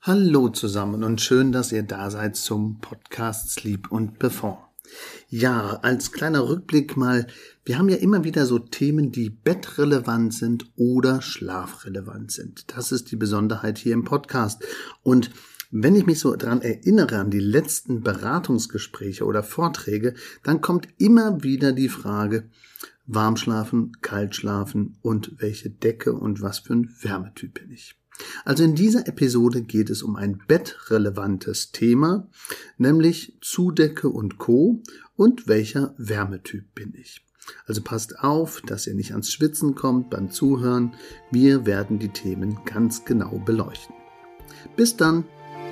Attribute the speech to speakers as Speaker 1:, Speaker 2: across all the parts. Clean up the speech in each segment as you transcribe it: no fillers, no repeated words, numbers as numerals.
Speaker 1: Hallo zusammen und schön, dass ihr da seid zum Podcast Sleep und Perform. Ja, als kleiner Rückblick mal, wir haben ja immer wieder so Themen, die bettrelevant sind oder schlafrelevant sind. Das ist die Besonderheit hier im Podcast. Und wenn ich mich so dran erinnere an die letzten Beratungsgespräche oder Vorträge, dann kommt immer wieder die Frage, warm schlafen, kalt schlafen und welche Decke und was für ein Wärmetyp bin ich. Also in dieser Episode geht es um ein bettrelevantes Thema, nämlich Zudecke und Co. und welcher Wärmetyp bin ich. Also passt auf, dass ihr nicht ans Schwitzen kommt beim Zuhören. Wir werden die Themen ganz genau beleuchten. Bis dann!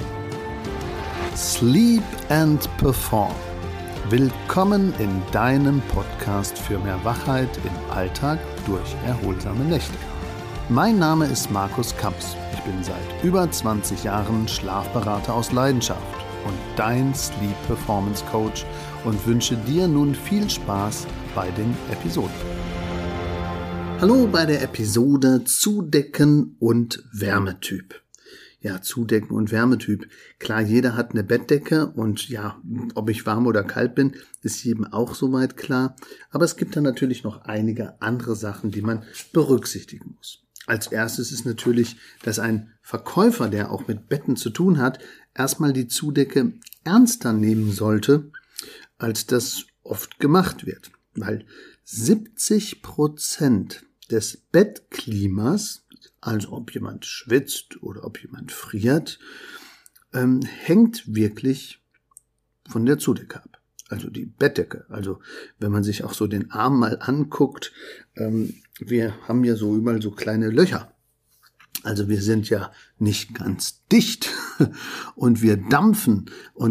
Speaker 1: Sleep and Perform. Willkommen in deinem Podcast für mehr Wachheit im Alltag durch erholsame Nächte. Mein Name ist Markus Kamps. Ich bin seit über 20 Jahren Schlafberater aus Leidenschaft und dein Sleep Performance Coach und wünsche dir nun viel Spaß bei den Episoden. Hallo bei der Episode Zudecken und Wärmetyp. Ja, Zudecken und Wärmetyp. Klar, jeder hat eine Bettdecke und ja, ob ich warm oder kalt bin, ist jedem auch soweit klar. Aber es gibt dann natürlich noch einige andere Sachen, die man berücksichtigen muss. Als erstes ist natürlich, dass ein Verkäufer, der auch mit Betten zu tun hat, erstmal die Zudecke ernster nehmen sollte, als das oft gemacht wird. Weil 70% des Bettklimas, also ob jemand schwitzt oder ob jemand friert, hängt wirklich von der Zudecke ab. Also die Bettdecke. Also wenn man sich auch so den Arm mal anguckt, wir haben ja so überall so kleine Löcher. Also wir sind ja nicht ganz dicht und wir dampfen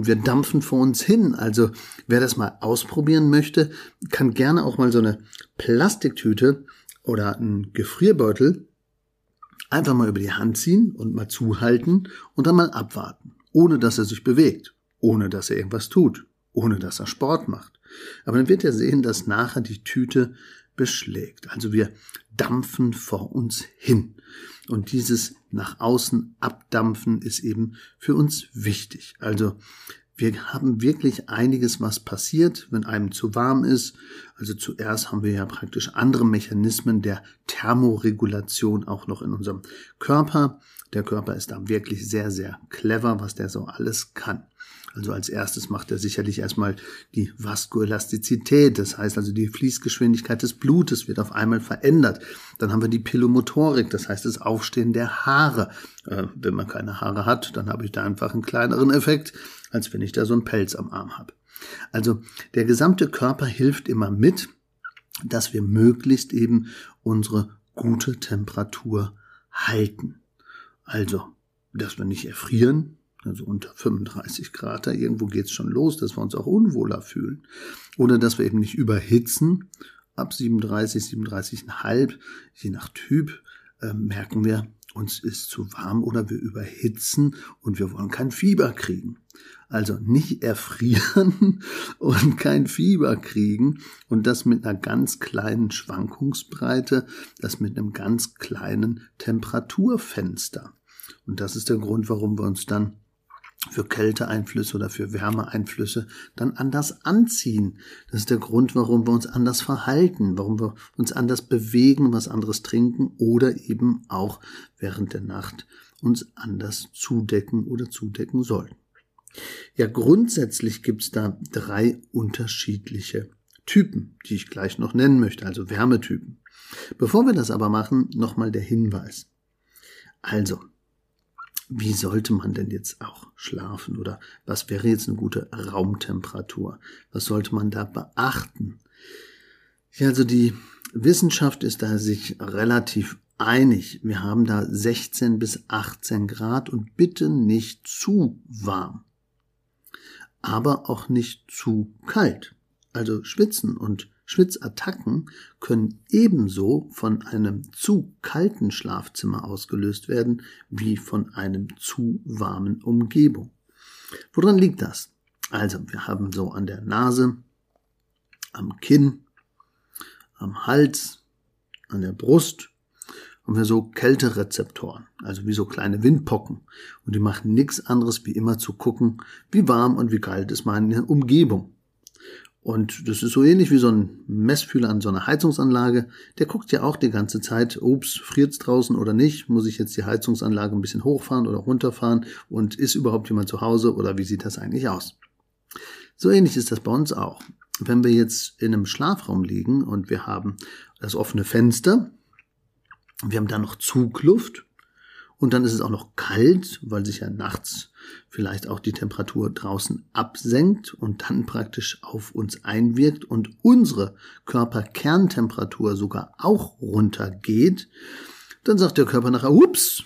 Speaker 1: vor uns hin. Also wer das mal ausprobieren möchte, kann gerne auch mal so eine Plastiktüte oder einen Gefrierbeutel einfach mal über die Hand ziehen und mal zuhalten und dann mal abwarten, ohne dass er sich bewegt, ohne dass er irgendwas tut, ohne dass er Sport macht. Aber dann wird er sehen, dass nachher die Tüte beschlägt. Also wir dampfen vor uns hin. Und dieses nach außen abdampfen ist eben für uns wichtig. Also wir haben wirklich einiges, was passiert, wenn einem zu warm ist. Also zuerst haben wir ja praktisch andere Mechanismen der Thermoregulation auch noch in unserem Körper. Der Körper ist da wirklich sehr, sehr clever, was der so alles kann. Also als erstes macht er sicherlich erstmal die Vaskoelastizität, das heißt also die Fließgeschwindigkeit des Blutes wird auf einmal verändert. Dann haben wir die Pilomotorik, das heißt das Aufstehen der Haare. Wenn man keine Haare hat, dann habe ich da einfach einen kleineren Effekt, als wenn ich da so einen Pelz am Arm habe. Also der gesamte Körper hilft immer mit, dass wir möglichst eben unsere gute Temperatur halten. Also, dass wir nicht erfrieren, also unter 35 Grad, da irgendwo geht's schon los, dass wir uns auch unwohler fühlen. Oder dass wir eben nicht überhitzen. Ab 37, 37,5, je nach Typ, merken wir, uns ist zu warm oder wir überhitzen und wir wollen kein Fieber kriegen. Also nicht erfrieren und kein Fieber kriegen und das mit einer ganz kleinen Schwankungsbreite, das mit einem ganz kleinen Temperaturfenster. Und das ist der Grund, warum wir uns dann für Kälteeinflüsse oder für Wärmeeinflüsse dann anders anziehen. Das ist der Grund, warum wir uns anders verhalten, warum wir uns anders bewegen, was anderes trinken oder eben auch während der Nacht uns anders zudecken oder zudecken sollen. Ja, grundsätzlich gibt's da 3 unterschiedliche Typen, die ich gleich noch nennen möchte, also Wärmetypen. Bevor wir das aber machen, nochmal der Hinweis. Also, wie sollte man denn jetzt auch schlafen oder was wäre jetzt eine gute Raumtemperatur? Was sollte man da beachten? Ja, also die Wissenschaft ist da sich relativ einig. Wir haben da 16 bis 18 Grad und bitte nicht zu warm, aber auch nicht zu kalt. Also Schwitzen und Schwitzattacken können ebenso von einem zu kalten Schlafzimmer ausgelöst werden, wie von einem zu warmen Umgebung. Woran liegt das? Also, wir haben so an der Nase, am Kinn, am Hals, an der Brust haben wir so Kälterezeptoren, also wie so kleine Windpocken. Und die machen nichts anderes, wie immer zu gucken, wie warm und wie kalt ist meine Umgebung. Und das ist so ähnlich wie so ein Messfühler an so einer Heizungsanlage. Der guckt ja auch die ganze Zeit, ups, friert's draußen oder nicht? Muss ich jetzt die Heizungsanlage ein bisschen hochfahren oder runterfahren? Und ist überhaupt jemand zu Hause oder wie sieht das eigentlich aus? So ähnlich ist das bei uns auch. Wenn wir jetzt in einem Schlafraum liegen und wir haben das offene Fenster, wir haben da noch Zugluft und dann ist es auch noch kalt, weil sich ja nachts vielleicht auch die Temperatur draußen absenkt und dann praktisch auf uns einwirkt und unsere Körperkerntemperatur sogar auch runtergeht, dann sagt der Körper nachher, ups,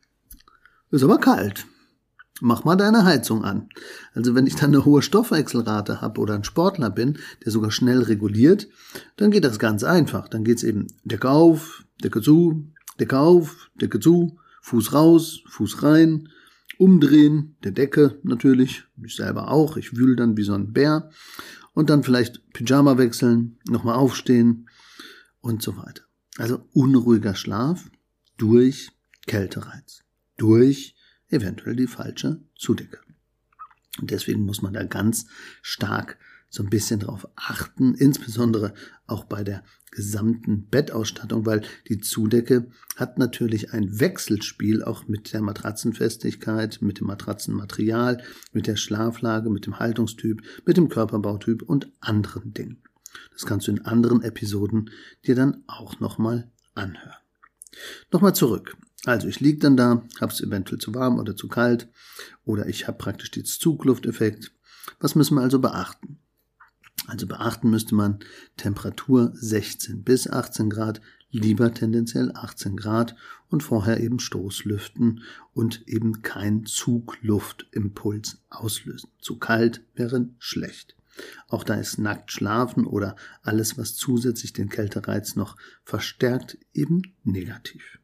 Speaker 1: ist aber kalt. Mach mal deine Heizung an. Also wenn ich dann eine hohe Stoffwechselrate habe oder ein Sportler bin, der sogar schnell reguliert, dann geht das ganz einfach. Dann geht's eben Decke auf, Decke zu, Decke auf, Decke zu, Fuß raus, Fuß rein, umdrehen, der Decke natürlich, ich selber auch, ich wühle dann wie so ein Bär und dann vielleicht Pyjama wechseln, nochmal aufstehen und so weiter. Also unruhiger Schlaf durch Kältereiz, durch eventuell die falsche Zudecke. Und deswegen muss man da ganz stark so ein bisschen drauf achten, insbesondere auch bei der gesamten Bettausstattung, weil die Zudecke hat natürlich ein Wechselspiel auch mit der Matratzenfestigkeit, mit dem Matratzenmaterial, mit der Schlaflage, mit dem Haltungstyp, mit dem Körperbautyp und anderen Dingen. Das kannst du in anderen Episoden dir dann auch nochmal anhören. Nochmal zurück. Also ich liege dann da, habe es eventuell zu warm oder zu kalt oder ich habe praktisch den Zuglufteffekt. Was müssen wir also beachten? Also beachten müsste man Temperatur 16 bis 18 Grad, lieber tendenziell 18 Grad und vorher eben Stoßlüften und eben kein Zugluftimpuls auslösen. Zu kalt wäre schlecht. Auch da ist nackt schlafen oder alles, was zusätzlich den Kältereiz noch verstärkt, eben negativ.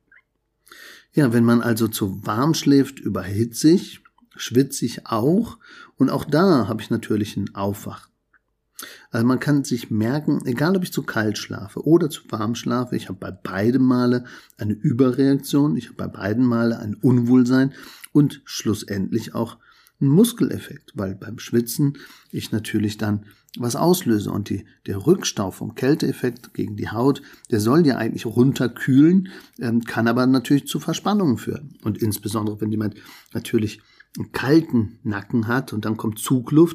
Speaker 1: Ja, wenn man also zu warm schläft, überhitze ich, schwitze ich auch und auch da habe ich natürlich ein Aufwachen. Also man kann sich merken, egal ob ich zu kalt schlafe oder zu warm schlafe, ich habe bei beiden Male eine Überreaktion, ich habe bei beiden Male ein Unwohlsein und schlussendlich auch einen Muskeleffekt, weil beim Schwitzen ich natürlich dann was auslöse und der Rückstau vom Kälteeffekt gegen die Haut, der soll ja eigentlich runterkühlen, kann aber natürlich zu Verspannungen führen. Und insbesondere, wenn jemand natürlich einen kalten Nacken hat und dann kommt Zugluft,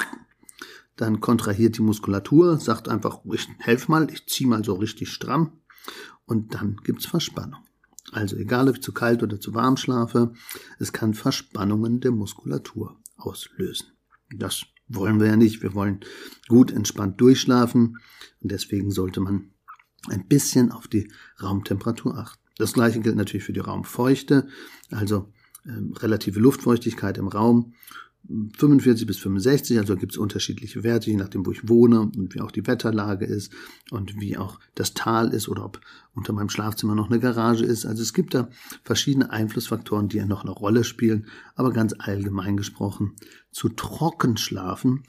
Speaker 1: dann kontrahiert die Muskulatur, sagt einfach, ich helfe mal, ich ziehe mal so richtig stramm und dann gibt's Verspannung. Also egal, ob ich zu kalt oder zu warm schlafe, es kann Verspannungen der Muskulatur auslösen. Das wollen wir ja nicht. Wir wollen gut entspannt durchschlafen und deswegen sollte man ein bisschen auf die Raumtemperatur achten. Das gleiche gilt natürlich für die Raumfeuchte, also relative Luftfeuchtigkeit im Raum. 45 bis 65, also gibt es unterschiedliche Werte, je nachdem, wo ich wohne und wie auch die Wetterlage ist und wie auch das Tal ist oder ob unter meinem Schlafzimmer noch eine Garage ist. Also es gibt da verschiedene Einflussfaktoren, die ja noch eine Rolle spielen, aber ganz allgemein gesprochen, zu trocken schlafen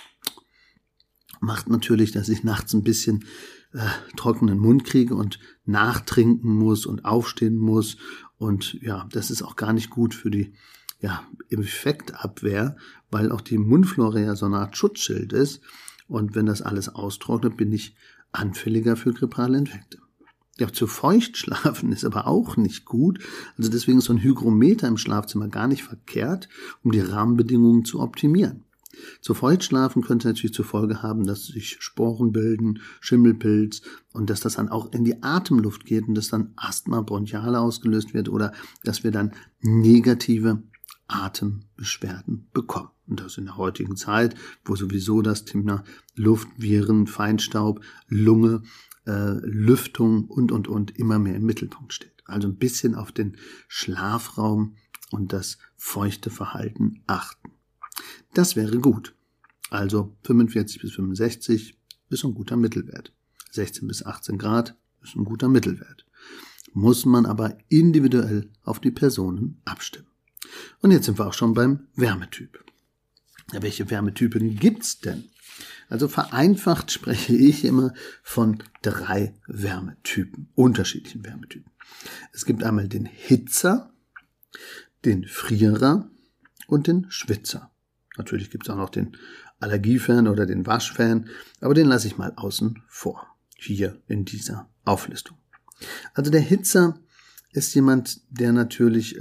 Speaker 1: macht natürlich, dass ich nachts ein bisschen trockenen Mund kriege und nachtrinken muss und aufstehen muss und ja, das ist auch gar nicht gut für die Infektabwehr, weil auch die Mundflora ja so eine Art Schutzschild ist. Und wenn das alles austrocknet, bin ich anfälliger für grippale Infekte. Ja, zu feucht schlafen ist aber auch nicht gut. Also deswegen ist so ein Hygrometer im Schlafzimmer gar nicht verkehrt, um die Rahmenbedingungen zu optimieren. Zu feucht schlafen könnte natürlich zur Folge haben, dass sich Sporen bilden, Schimmelpilz und dass das dann auch in die Atemluft geht und dass dann Asthma bronchiale ausgelöst wird oder dass wir dann negative Atembeschwerden bekommen. Und das in der heutigen Zeit, wo sowieso das Thema Luft, Viren, Feinstaub, Lunge, Lüftung und immer mehr im Mittelpunkt steht. Also ein bisschen auf den Schlafraum und das feuchte Verhalten achten. Das wäre gut. Also 45 bis 65 ist ein guter Mittelwert. 16 bis 18 Grad ist ein guter Mittelwert. Muss man aber individuell auf die Personen abstimmen. Und jetzt sind wir auch schon beim Wärmetyp. Ja, welche Wärmetypen gibt's denn? Also vereinfacht spreche ich immer von 3 Wärmetypen, unterschiedlichen Wärmetypen. Es gibt einmal den Hitzer, den Frierer und den Schwitzer. Natürlich gibt es auch noch den Allergiefan oder den Waschfan, aber den lasse ich mal außen vor, hier in dieser Auflistung. Also der Hitzer ist jemand, der natürlich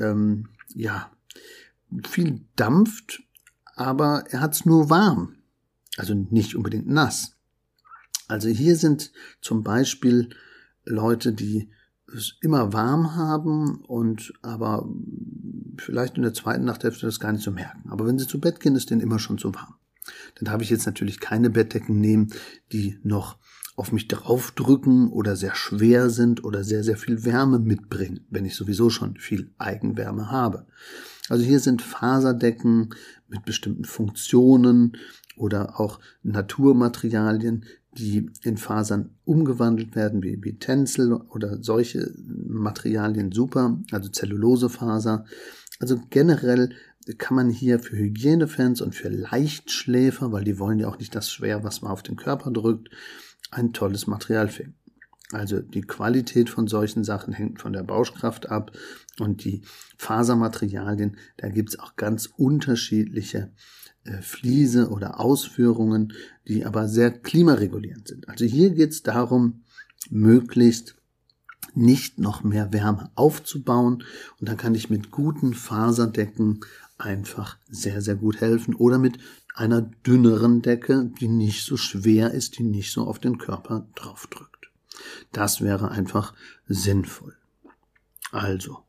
Speaker 1: viel dampft, aber er hat es nur warm, also nicht unbedingt nass. Also hier sind zum Beispiel Leute, die es immer warm haben und aber vielleicht in der zweiten Nachthälfte das gar nicht so merken. Aber wenn sie zu Bett gehen, ist denen immer schon zu warm. Dann darf ich jetzt natürlich keine Bettdecken nehmen, die noch auf mich draufdrücken oder sehr schwer sind oder sehr, sehr viel Wärme mitbringen, wenn ich sowieso schon viel Eigenwärme habe. Also hier sind Faserdecken mit bestimmten Funktionen oder auch Naturmaterialien, die in Fasern umgewandelt werden, wie Tencel oder solche Materialien super, also Zellulosefaser. Also generell kann man hier für Hygienefans und für Leichtschläfer, weil die wollen ja auch nicht das schwer, was man auf den Körper drückt, ein tolles Material finden. Also die Qualität von solchen Sachen hängt von der Bauschkraft ab und die Fasermaterialien, da gibt's auch ganz unterschiedliche Fliese oder Ausführungen, die aber sehr klimaregulierend sind. Also hier geht's darum, möglichst nicht noch mehr Wärme aufzubauen und dann kann ich mit guten Faserdecken einfach sehr, sehr gut helfen oder mit einer dünneren Decke, die nicht so schwer ist, die nicht so auf den Körper draufdrückt. Das wäre einfach sinnvoll. Also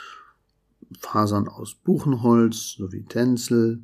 Speaker 1: Fasern aus Buchenholz sowie Tencel,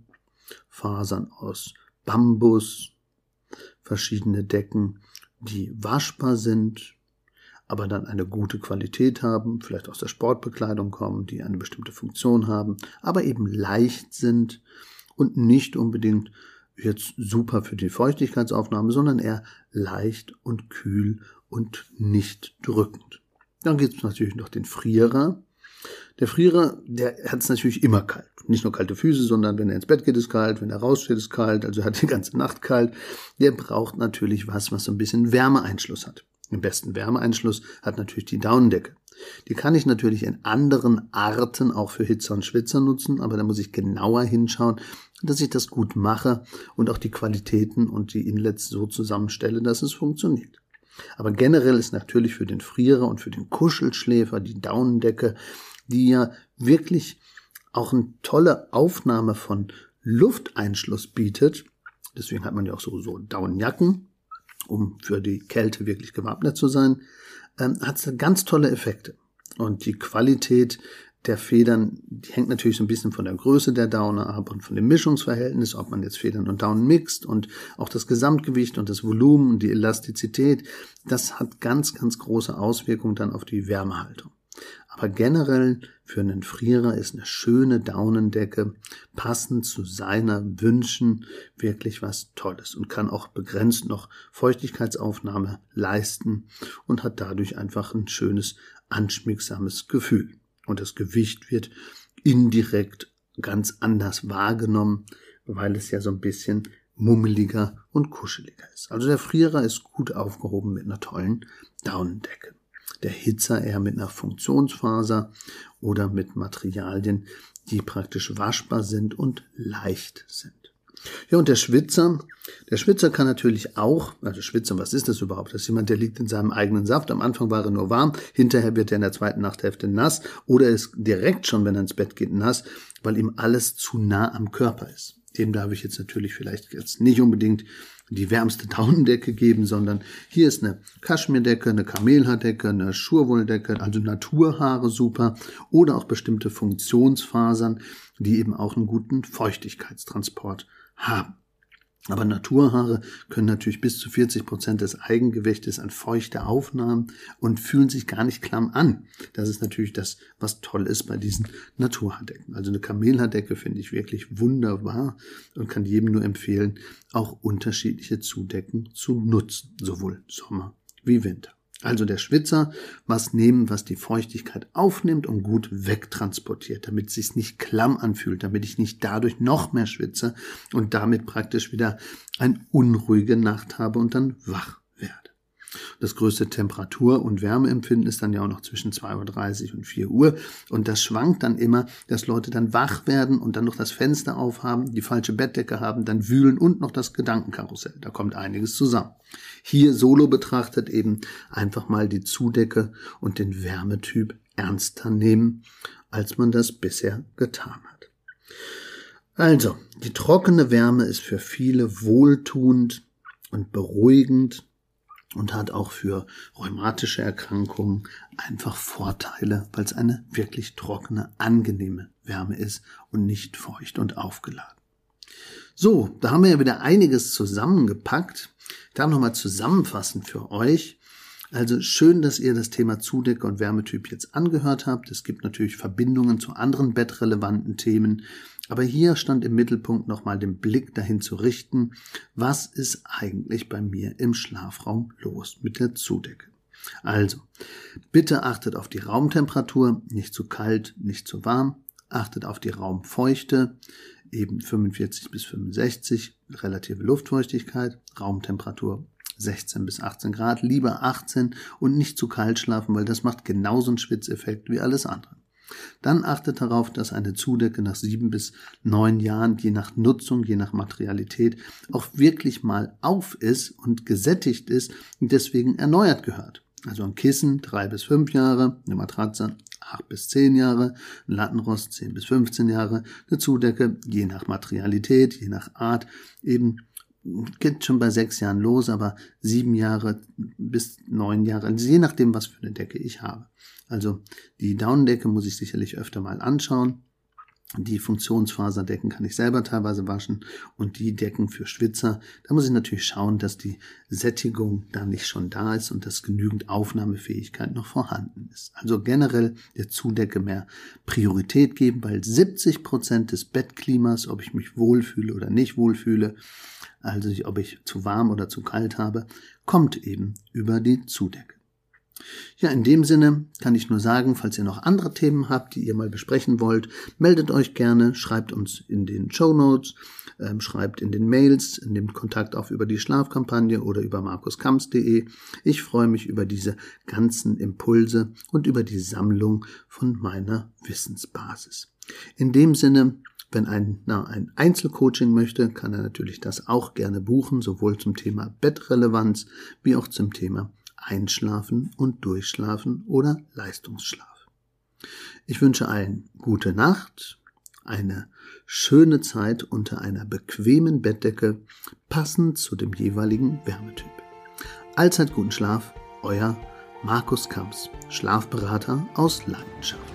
Speaker 1: Fasern aus Bambus, verschiedene Decken, die waschbar sind, aber dann eine gute Qualität haben, vielleicht aus der Sportbekleidung kommen, die eine bestimmte Funktion haben, aber eben leicht sind und nicht unbedingt jetzt super für die Feuchtigkeitsaufnahme, sondern eher leicht und kühl und nicht drückend. Dann gibt es natürlich noch den Frierer. Der Frierer, der hat es natürlich immer kalt. Nicht nur kalte Füße, sondern wenn er ins Bett geht, ist kalt, wenn er raussteht, ist kalt, also er hat die ganze Nacht kalt. Der braucht natürlich was so ein bisschen Wärmeeinschluss hat. Den besten Wärmeeinschluss hat natürlich die Daunendecke. Die kann ich natürlich in anderen Arten auch für Hitzer und Schwitzer nutzen, aber da muss ich genauer hinschauen, dass ich das gut mache und auch die Qualitäten und die Inlets so zusammenstelle, dass es funktioniert. Aber generell ist natürlich für den Frierer und für den Kuschelschläfer die Daunendecke, die ja wirklich auch eine tolle Aufnahme von Lufteinschluss bietet. Deswegen hat man ja auch so Daunenjacken, um für die Kälte wirklich gewappnet zu sein, hat es ganz tolle Effekte. Und die Qualität der Federn, die hängt natürlich so ein bisschen von der Größe der Daune ab und von dem Mischungsverhältnis, ob man jetzt Federn und Daunen mixt und auch das Gesamtgewicht und das Volumen und die Elastizität, das hat ganz, ganz große Auswirkungen dann auf die Wärmehaltung. Aber generell für einen Frierer ist eine schöne Daunendecke passend zu seiner Wünschen wirklich was Tolles und kann auch begrenzt noch Feuchtigkeitsaufnahme leisten und hat dadurch einfach ein schönes, anschmiegsames Gefühl. Und das Gewicht wird indirekt ganz anders wahrgenommen, weil es ja so ein bisschen mummeliger und kuscheliger ist. Also der Frierer ist gut aufgehoben mit einer tollen Daunendecke. Der Hitzer eher mit einer Funktionsfaser oder mit Materialien, die praktisch waschbar sind und leicht sind. Ja, und der Schwitzer kann natürlich auch, also Schwitzer, was ist das überhaupt? Das ist jemand, der liegt in seinem eigenen Saft. Am Anfang war er nur warm, hinterher wird er in der zweiten Nachthälfte nass oder ist direkt schon, wenn er ins Bett geht, nass, weil ihm alles zu nah am Körper ist. Dem darf ich jetzt natürlich vielleicht jetzt nicht unbedingt die wärmste Daunendecke geben, sondern hier ist eine Kaschmirdecke, eine Kamelhaardecke, eine Schurwolldecke, also Naturhaare super oder auch bestimmte Funktionsfasern, die eben auch einen guten Feuchtigkeitstransport haben. Aber Naturhaare können natürlich bis zu 40% des Eigengewichtes an Feuchte aufnehmen und fühlen sich gar nicht klamm an. Das ist natürlich das, was toll ist bei diesen Naturhaardecken. Also eine Kamelhaardecke finde ich wirklich wunderbar und kann jedem nur empfehlen, auch unterschiedliche Zudecken zu nutzen, sowohl Sommer wie Winter. Also der Schwitzer was nehmen, was die Feuchtigkeit aufnimmt und gut wegtransportiert, damit es sich nicht klamm anfühlt, damit ich nicht dadurch noch mehr schwitze und damit praktisch wieder eine unruhige Nacht habe und dann wach werde. Das größte Temperatur- und Wärmeempfinden ist dann ja auch noch zwischen 2:30 Uhr und 4 Uhr. Und das schwankt dann immer, dass Leute dann wach werden und dann noch das Fenster aufhaben, die falsche Bettdecke haben, dann wühlen und noch das Gedankenkarussell. Da kommt einiges zusammen. Hier solo betrachtet eben einfach mal die Zudecke und den Wärmetyp ernster nehmen, als man das bisher getan hat. Also, die trockene Wärme ist für viele wohltuend und beruhigend und hat auch für rheumatische Erkrankungen einfach Vorteile, weil es eine wirklich trockene, angenehme Wärme ist und nicht feucht und aufgeladen. So, da haben wir ja wieder einiges zusammengepackt. Ich darf nochmal zusammenfassen für euch. Also schön, dass ihr das Thema Zudecke und Wärmetyp jetzt angehört habt. Es gibt natürlich Verbindungen zu anderen bettrelevanten Themen. Aber hier stand im Mittelpunkt nochmal den Blick dahin zu richten, was ist eigentlich bei mir im Schlafraum los mit der Zudecke. Also, bitte achtet auf die Raumtemperatur, nicht zu kalt, nicht zu warm. Achtet auf die Raumfeuchte, eben 45 bis 65, relative Luftfeuchtigkeit, Raumtemperatur 16 bis 18 Grad, lieber 18 und nicht zu kalt schlafen, weil das macht genauso einen Schwitzeffekt wie alles andere. Dann achtet darauf, dass eine Zudecke nach 7 bis 9 Jahren, je nach Nutzung, je nach Materialität, auch wirklich mal auf ist und gesättigt ist und deswegen erneuert gehört. Also ein Kissen 3 bis 5 Jahre, eine Matratze 8 bis 10 Jahre, ein Lattenrost 10 bis 15 Jahre, eine Zudecke je nach Materialität, je nach Art eben geht schon bei 6 Jahren los, aber 7 Jahre bis 9 Jahre, also je nachdem, was für eine Decke ich habe. Also die Daunendecke muss ich sicherlich öfter mal anschauen. Die Funktionsfaserdecken kann ich selber teilweise waschen und die Decken für Schwitzer, da muss ich natürlich schauen, dass die Sättigung da nicht schon da ist und dass genügend Aufnahmefähigkeit noch vorhanden ist. Also generell der Zudecke mehr Priorität geben, weil 70% des Bettklimas, ob ich mich wohlfühle oder nicht wohlfühle, also ob ich zu warm oder zu kalt habe, kommt eben über die Zudecke. Ja, in dem Sinne kann ich nur sagen, falls ihr noch andere Themen habt, die ihr mal besprechen wollt, meldet euch gerne, schreibt uns in den Shownotes, schreibt in den Mails, nehmt Kontakt auf über die Schlafkampagne oder über markuskamps.de. Ich freue mich über diese ganzen Impulse und über die Sammlung von meiner Wissensbasis. In dem Sinne, wenn ein Einzelcoaching möchte, kann er natürlich das auch gerne buchen, sowohl zum Thema Bettrelevanz wie auch zum Thema Einschlafen und Durchschlafen oder Leistungsschlaf. Ich wünsche allen gute Nacht, eine schöne Zeit unter einer bequemen Bettdecke, passend zu dem jeweiligen Wärmetyp. Allzeit guten Schlaf, euer Markus Kamps, Schlafberater aus Leidenschaft.